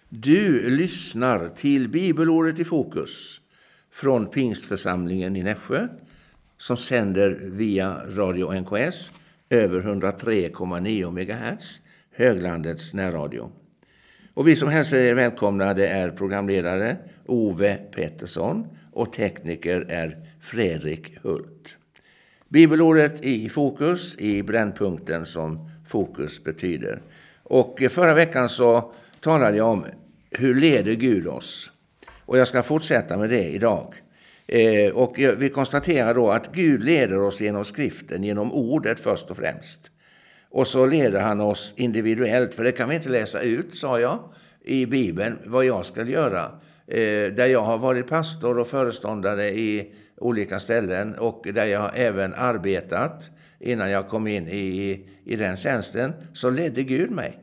Du lyssnar till Bibelordet i fokus från Pingstförsamlingen i Nässjö som sänder via Radio NKS över 103,9 MHz, höglandets närradio. Och vi som hälsar er välkomna, det är programledare Ove Pettersson och tekniker är Fredrik Hult. Bibelordet i fokus i brännpunkten som fokus betyder. Och förra veckan så talade jag om hur leder Gud oss. Och jag ska fortsätta med det idag. Och vi konstaterar då att Gud leder oss genom skriften, genom ordet först och främst. Och så leder han oss individuellt, för det kan vi inte läsa ut, sa jag, i Bibeln vad jag ska göra. Där jag har varit pastor och föreståndare i olika ställen och där jag även arbetat innan jag kom in i den tjänsten, så ledde Gud mig.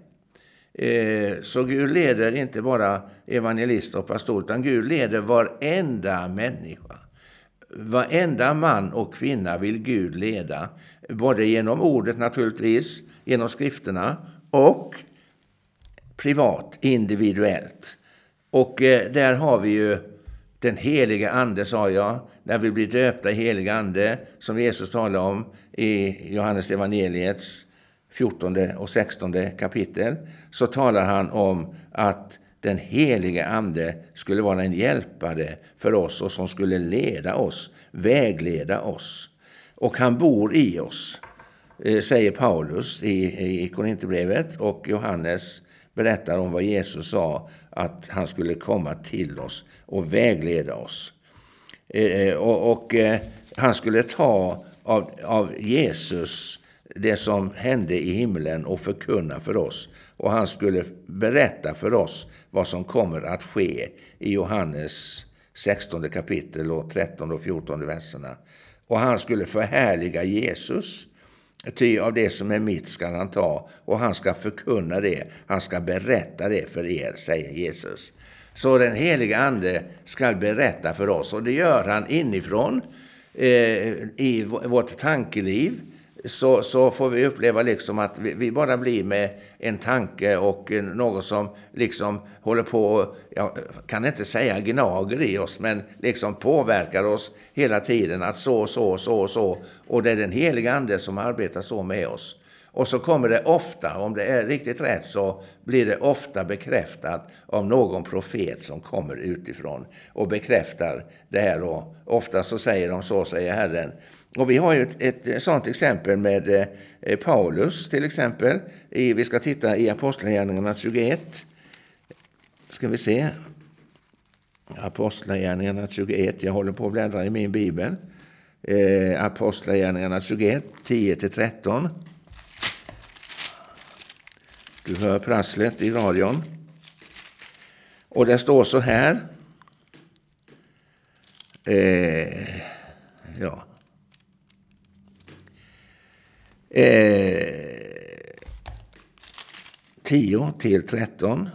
Så Gud leder inte bara evangelister och pastor, utan Gud leder varenda människa. Varenda man och kvinna vill Gud leda, både genom ordet naturligtvis, genom skrifterna och privat, individuellt. Och där har vi ju den heliga ande, sa jag, när vi blir döpta i heliga ande, som Jesus talar om i Johannes evangeliets 14 och 16 kapitel, så talar han om att den heliga ande skulle vara en hjälpare för oss och som skulle leda oss, vägleda oss. Och han bor i oss, säger Paulus i Korinthierbrevet, och Johannes berättar om vad Jesus sa, att han skulle komma till oss och vägleda oss. Och han skulle ta av Jesus det som hände i himlen och förkunna för oss. Och han skulle berätta för oss vad som kommer att ske i Johannes 16 kapitel och 13 och 14 verserna. Och han skulle förhärliga Jesus. Ty av det som är mitt ska han ta, och han ska förkunna det. Han ska berätta det för er, säger Jesus. Så den heliga ande ska berätta för oss, och det gör han inifrån i vårt tankeliv. Så får vi uppleva liksom att vi bara blir med en tanke och något som liksom håller på, jag kan inte säga gnager i oss, men liksom påverkar oss hela tiden att så. Och det är den heliga ande som arbetar så med oss. Och så kommer det ofta, om det är riktigt rätt, så blir det ofta bekräftat av någon profet som kommer utifrån och bekräftar det här. Och ofta så säger de så, säger Herren. Och vi har ju ett sådant exempel med Paulus till exempel. Vi ska titta i Apostlagärningarna 21. Ska vi se. Apostlagärningarna 21. Jag håller på att bläddra i min bibel. Apostlagärningarna 21, 10-13. Du hör prasslet i radion. Och det står så här. 10-13.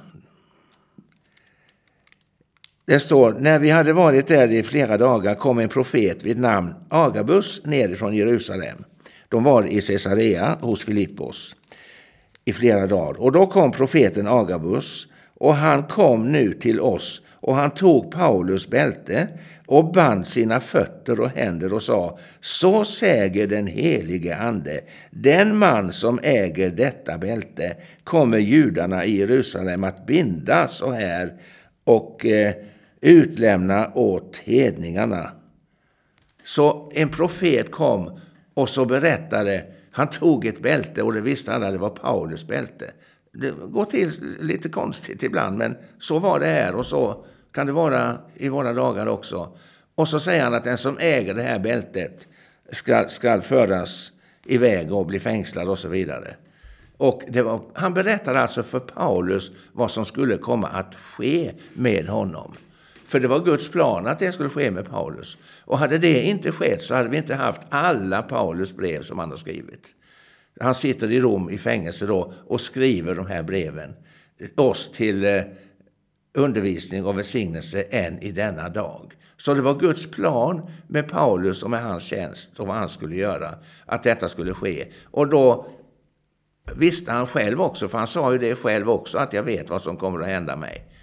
Det står: när vi hade varit där i flera dagar kom en profet vid namn Agabus ner från Jerusalem. De var i Caesarea hos Filippos i flera dagar. Och då kom profeten Agabus, och han kom nu till oss, och han tog Paulus bälte och band sina fötter och händer och sa: så säger den helige ande, den man som äger detta bälte kommer judarna i Jerusalem att binda så här och utlämna åt hedningarna. Så en profet kom och så berättade, han tog ett bälte, och det visste alla, det var Paulus bälte. Det går till lite konstigt ibland, men så var det här, och så kan det vara i våra dagar också. Och så säger han att den som äger det här bältet ska föras iväg och bli fängslad och så vidare. Och han berättade alltså för Paulus vad som skulle komma att ske med honom. För det var Guds plan att det skulle ske med Paulus. Och hade det inte skett så hade vi inte haft alla Paulus brev som han har skrivit. Han sitter i Rom i fängelse då och skriver de här breven oss till undervisning och välsignelse än i denna dag. Så det var Guds plan med Paulus och med hans tjänst och vad han skulle göra, att detta skulle ske. Och då visste han själv också, för han sa ju det själv också, att jag vet vad som kommer att hända mig.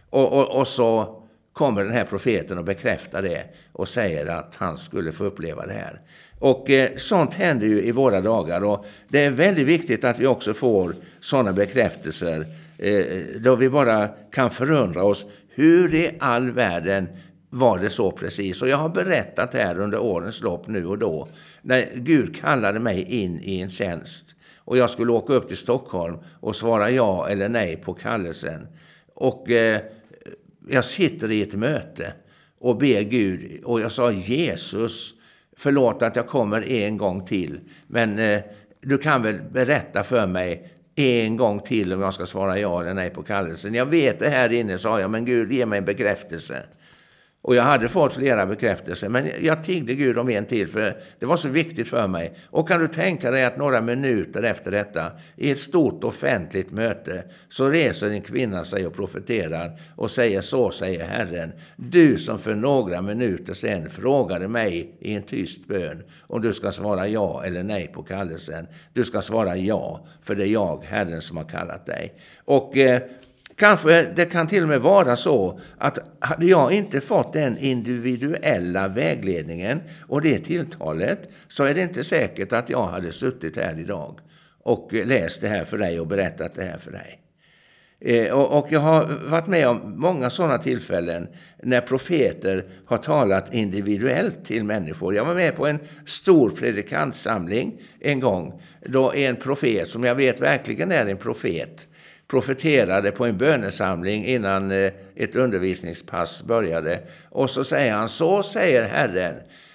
Och så kommer den här profeten och bekräftar det och säger att han skulle få uppleva det här. Och sånt händer ju i våra dagar, och det är väldigt viktigt att vi också får sådana bekräftelser då vi bara kan förundra oss hur i all världen var det så precis. Och jag har berättat här under årens lopp nu och då när Gud kallade mig in i en tjänst och jag skulle åka upp till Stockholm och svara ja eller nej på kallelsen. Och jag sitter i ett möte och ber Gud, och jag sa: Jesus, förlåt att jag kommer en gång till, men du kan väl berätta för mig en gång till om jag ska svara ja eller nej på kallelsen. Jag vet det här inne, sa jag, men Gud, ge mig en bekräftelse. Och jag hade fått flera bekräftelser, men jag tiggde Gud om en till, för det var så viktigt för mig. Och kan du tänka dig att några minuter efter detta, i ett stort offentligt möte, så reser en kvinna sig och profeterar och säger: så säger Herren, du som för några minuter sedan frågade mig i en tyst bön om du ska svara ja eller nej på kallelsen. Du ska svara ja, för det är jag, Herren, som har kallat dig. Och kanske det kan till och med vara så att hade jag inte fått den individuella vägledningen och det tilltalet, så är det inte säkert att jag hade suttit här idag och läst det här för dig och berättat det här för dig. Och jag har varit med om många sådana tillfällen när profeter har talat individuellt till människor. Jag var med på en stor predikantsamling en gång då en profet, som jag vet verkligen är en profet, profeterade på en bönesamling innan ett undervisningspass började. Och så säger han: så säger Herren.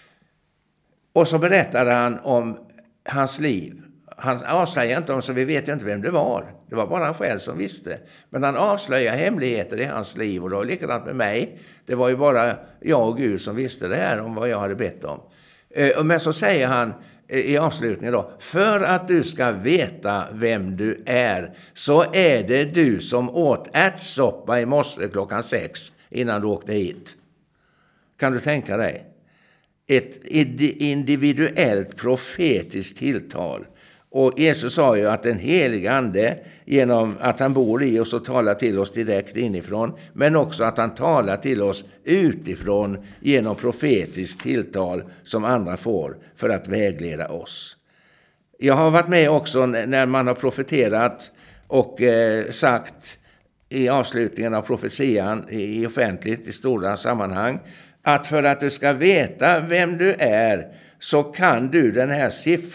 Och så berättade han om hans liv. Han avslöjade inte om, så vi vet ju inte vem det var. Det var bara han själv som visste. Men han avslöjade hemligheter i hans liv, och det var likadant med mig. Det var ju bara jag och Gud som visste det här om vad jag hade bett om. Men så säger han i avslutningen då: för att du ska veta vem du är, så är det du som åt ärtsoppa i morse 6:00 innan du åkte hit. Kan du tänka dig? Ett individuellt profetiskt tilltal. Och Jesus sa ju att den heliga ande, genom att han bor i oss och talar till oss direkt inifrån, men också att han talar till oss utifrån genom profetiskt tilltal som andra får för att vägleda oss. Jag har varit med också när man har profeterat och sagt i avslutningen av profetian i offentligt, i stora sammanhang, att för att du ska veta vem du är så kan du den här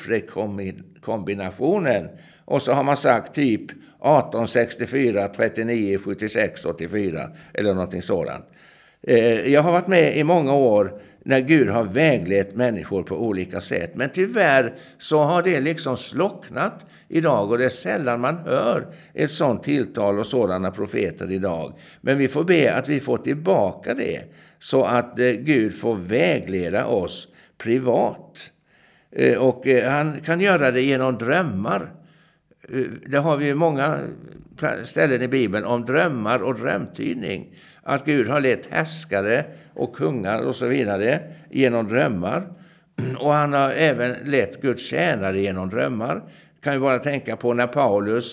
siffrekombinationen. Och så har man sagt typ 18, 64, 39, 76, 84 eller någonting sådant. Jag har varit med i många år när Gud har väglett människor på olika sätt. Men tyvärr så har det liksom slocknat idag, och det är sällan man hör ett sånt tilltal och sådana profeter idag. Men vi får be att vi får tillbaka det, så att Gud får vägleda oss privat. Och han kan göra det genom drömmar. Det har vi många ställen i Bibeln om drömmar och drömtydning. Att Gud har lett härskare och kungar och så vidare genom drömmar. Och han har även lett Guds tjänare genom drömmar. Kan ju bara tänka på när Paulus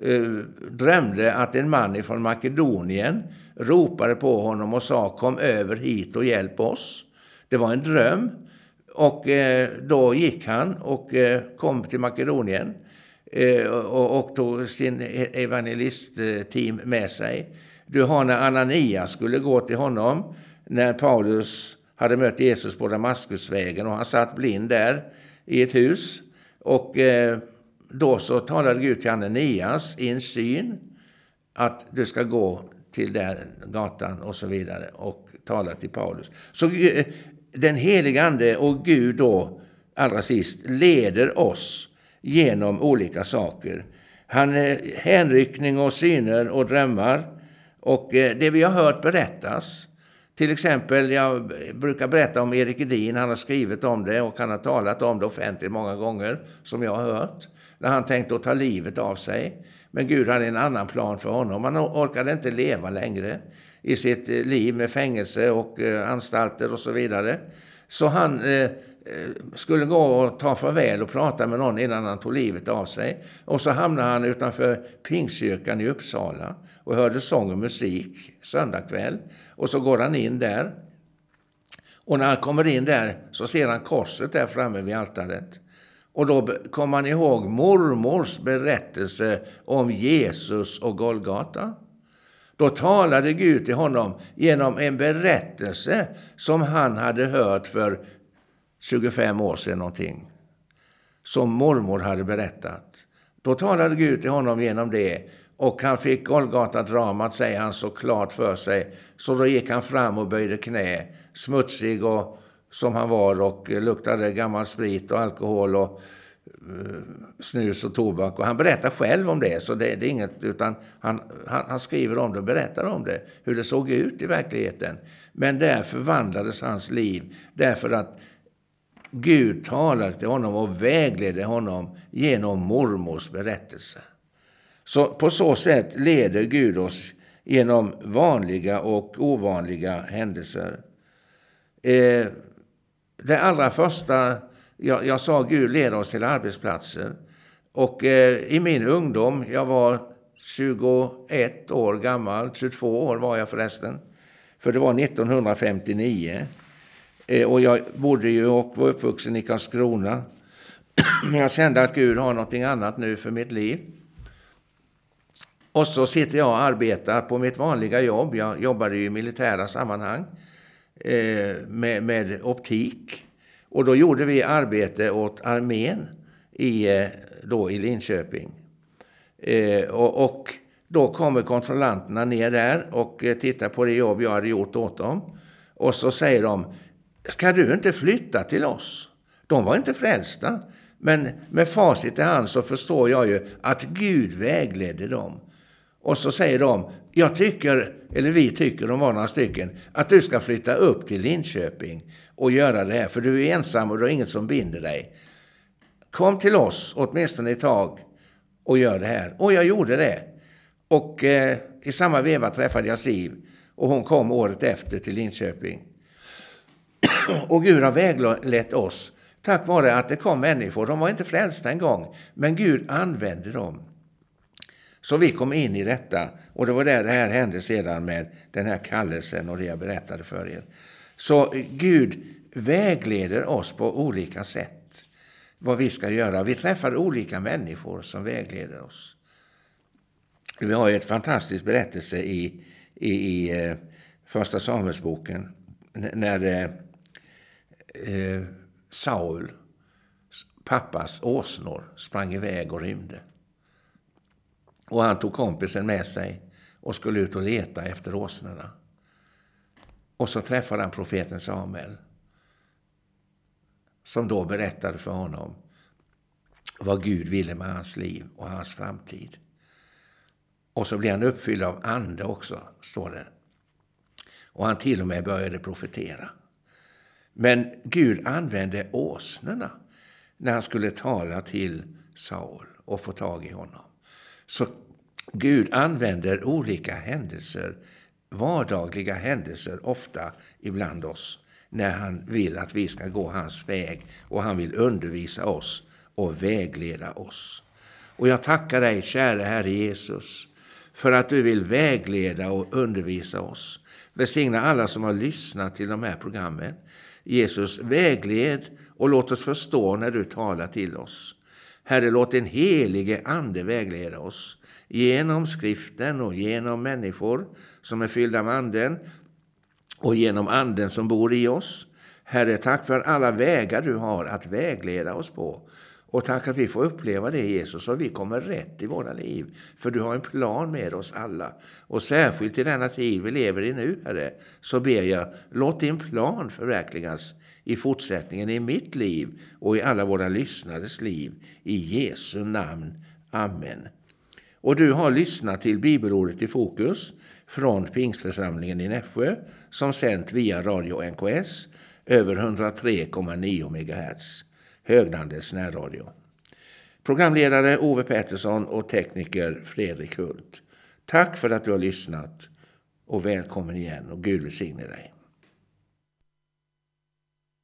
drömde att en man från Makedonien ropade på honom och sa: kom över hit och hjälp oss. Det var en dröm. Och då gick han och kom till Makedonien och tog sin evangelistteam med sig. Du har när Ananias skulle gå till honom, när Paulus hade mött Jesus på Damaskusvägen och han satt blind där i ett hus. Och då så talade Gud till Ananias i en syn att du ska gå till där gatan och så vidare och tala till Paulus. Så den heliga ande och Gud då allra sist leder oss genom olika saker. Han hänryckning och syner och drömmar, och det vi har hört berättas. Till exempel, jag brukar berätta om Erik Edin. Han har skrivit om det och han har talat om det offentligt många gånger, som jag har hört. När han tänkte att ta livet av sig. Men Gud hade en annan plan för honom. Han orkade inte leva längre i sitt liv med fängelse och anstalter och så vidare. Så han skulle gå och ta farväl och prata med någon innan han tog livet av sig. Och så hamnade han utanför Pingstkyrkan i Uppsala och hörde sång och musik söndag kväll. Och så går han in där. Och när han kommer in där så ser han korset där framme vid altaret. Och då kommer han ihåg mormors berättelse om Jesus och Golgata. Då talade Gud till honom genom en berättelse som han hade hört för 25 år sedan någonting. Som mormor hade berättat. Då talade Gud till honom genom det. Och han fick Golgata-dramat, säger han, så klart för sig. Så då gick han fram och böjde knä. Smutsig och som han var och luktade gammal sprit och alkohol och snus och tobak. Och han berättar själv om det, så det är inget, utan han skriver om det och berättar om det. Hur det såg ut i verkligheten. Men där förvandlades hans liv. Därför att Gud talade till honom och vägledde honom genom mormors berättelse. Så på så sätt leder Gud oss genom vanliga och ovanliga händelser. Det allra första, jag sa Gud leder oss till arbetsplatser. Och i min ungdom, jag var 21 år gammal, 22 år var jag förresten. För det var 1959. Och jag bodde ju och var uppvuxen i Karlskrona. Men jag kände att Gud har något annat nu för mitt liv. Och så sitter jag och arbetar på mitt vanliga jobb. Jag jobbade i militära sammanhang med optik. Och då gjorde vi arbete åt armén i Linköping. Och då kommer kontrollanterna ner där och tittar på det jobb jag hade gjort åt dem. Och så säger de, ska du inte flytta till oss? De var inte frälsta. Men med facit i hand så förstår jag ju att Gud vägledde dem. Och så säger de, vi tycker, de var några stycken, att du ska flytta upp till Linköping och göra det här. För du är ensam och du har inget som binder dig. Kom till oss åtminstone ett tag och gör det här. Och jag gjorde det. Och i samma veva träffade jag Siv. Och hon kom året efter till Linköping. Och Gud har väglett oss. Tack vare att det kom människor. De var inte frälsta en gång. Men Gud använde dem. Så vi kom in i detta. Och det var där det här hände sedan med den här kallelsen och det jag berättade för er. Så Gud vägleder oss på olika sätt. Vad vi ska göra. Vi träffar olika människor som vägleder oss. Vi har ett fantastiskt berättelse i första Samuelsboken. När Saul, pappas åsnor, sprang iväg och rymde. Och han tog kompisen med sig och skulle ut och leta efter åsnorna. Och så träffade han profeten Samuel. Som då berättade för honom vad Gud ville med hans liv och hans framtid. Och så blev han uppfylld av ande också, står det. Och han till och med började profetera. Men Gud använde åsnorna när han skulle tala till Saul och få tag i honom. Så Gud använder olika händelser, vardagliga händelser ofta ibland oss. När han vill att vi ska gå hans väg och han vill undervisa oss och vägleda oss. Och jag tackar dig, kära Herre Jesus, för att du vill vägleda och undervisa oss. Välsigna alla som har lyssnat till de här programmen. Jesus, vägled och låt oss förstå när du talar till oss. Herre, låt en helige ande vägleda oss genom skriften och genom människor som är fyllda med anden och genom anden som bor i oss. Herre, tack för alla vägar du har att vägleda oss på. Och tack att vi får uppleva det, Jesus, och vi kommer rätt i våra liv. För du har en plan med oss alla. Och särskilt i denna tid vi lever i nu, Herre, så ber jag, låt din plan förverkligas i fortsättningen i mitt liv och i alla våra lyssnares liv. I Jesu namn. Amen. Och du har lyssnat till Bibelordet i fokus från Pingstförsamlingen i Nässjö som sänt via Radio NKS över 103,9 MHz. Höglandets närradio. Programledare Ove Pettersson och tekniker Fredrik Hult. Tack för att du har lyssnat och välkommen igen och Gud välsigne dig.